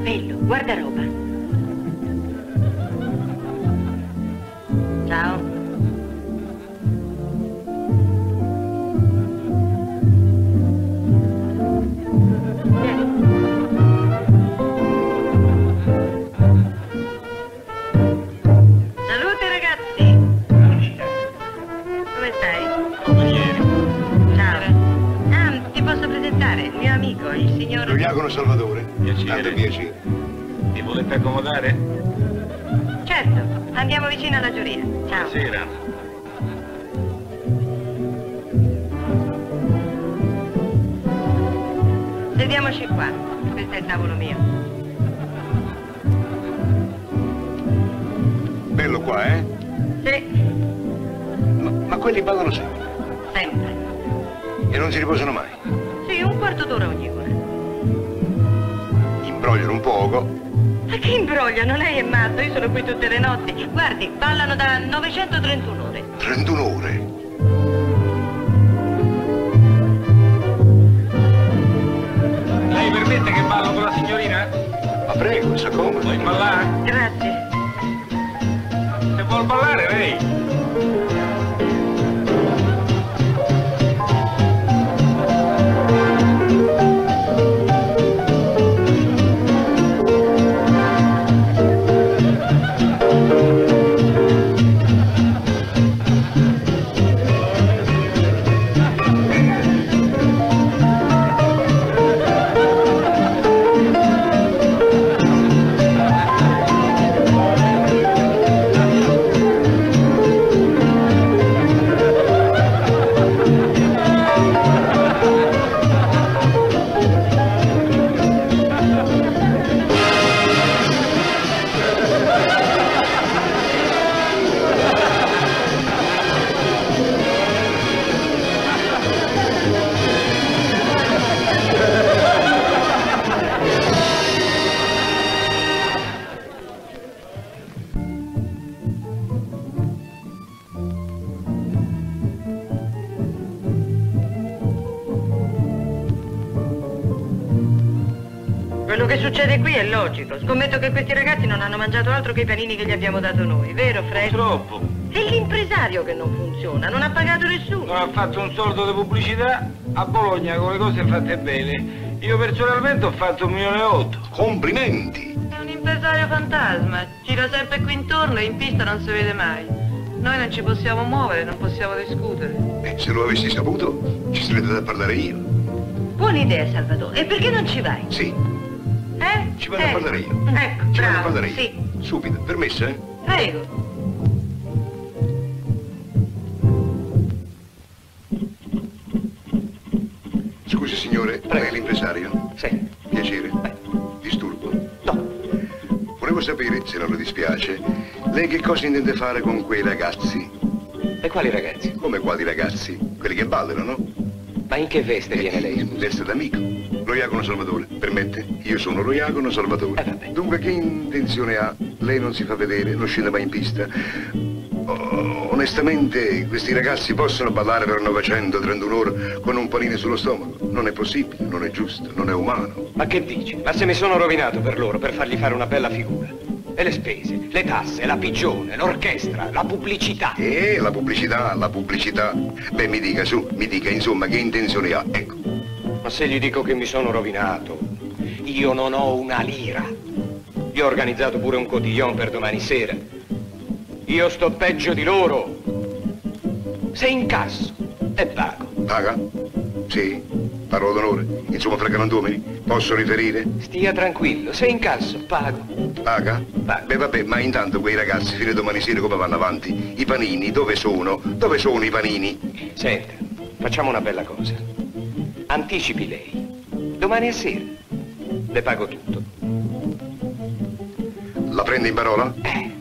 Bello, guardaroba. Ciao. Salute ragazzi. Come stai? Come ieri. Ciao. Ah, ti posso presentare il mio amico, il signor... Lo Iacono Salvatore. Piacere. Tanto piacere. Ti volete accomodare? Certo, andiamo vicino alla giuria. Ciao. Buonasera. Sediamoci qua. Questo è il tavolo mio. Bello qua, eh? Sì, Ma quelli ballano sempre. sempre. E non si riposano mai. Sì, un quarto d'ora ogni ora. Imbrogliano un poco. Ma che imbrogliano? Lei è matto, io sono qui tutte le notti. Guardi, ballano da 931 ore. 31 ore. Lei permette che ballo con la signorina? Ma prego, sa come? Vuoi ballare? Grazie. Se vuol ballare lei. Quello che succede qui è logico. Scommetto che questi ragazzi non hanno mangiato altro che i panini che gli abbiamo dato noi, vero Fred? Troppo. È l'impresario che non funziona, non ha pagato nessuno. Non ha fatto un soldo di pubblicità a Bologna con le cose fatte bene. Io personalmente ho fatto 1,8 milioni. Complimenti. È un impresario fantasma, gira sempre qui intorno e in pista non si vede mai. Noi non ci possiamo muovere, non possiamo discutere. Se lo avessi saputo, ci sarei andato a parlare io. Buona idea, Salvatore. E perché non ci vai? Sì, ci vado a parlare io. Ecco, Ci vado a bravo, parlare io. sì. Subito, permesso, eh? Prego. Scusi signore, lei è l'impresario? Sì. Piacere. Disturbo? No. Volevo sapere, se non le dispiace, lei che cosa intende fare con quei ragazzi? E quali ragazzi? Come quali ragazzi? Quelli che ballano, no? Ma in che veste viene lei, In scusa? veste d'amico. Lo Iacono Salvatore, permette? Io sono lo Iacono Salvatore. Vabbè. Dunque che intenzione ha? Lei non si fa vedere, non scende mai in pista. Onestamente, questi ragazzi possono ballare per 931 ore con un panino sullo stomaco? Non è possibile, non è giusto, non è umano. Ma che dici? Ma se mi sono rovinato per loro, per fargli fare una bella figura. E le spese, le tasse, la pigione, l'orchestra, la pubblicità. La pubblicità, la pubblicità. Beh, mi dica su, mi dica insomma che intenzione ha, ecco. Ma se gli dico che mi sono rovinato, io non ho una lira. Io ho organizzato pure un cotillon per domani sera. Io sto peggio di loro. Se incasso e pago. Paga? Sì, parola d'onore. Insomma, fra galantuomini, posso riferire? Stia tranquillo, se incasso pago. Paga? Paga. Beh, vabbè, ma intanto quei ragazzi fino a domani sera come vanno avanti? I panini, dove sono? Dove sono i panini? Senta, facciamo una bella cosa. Anticipi lei. Domani a sera. Le pago tutto. La prende in parola?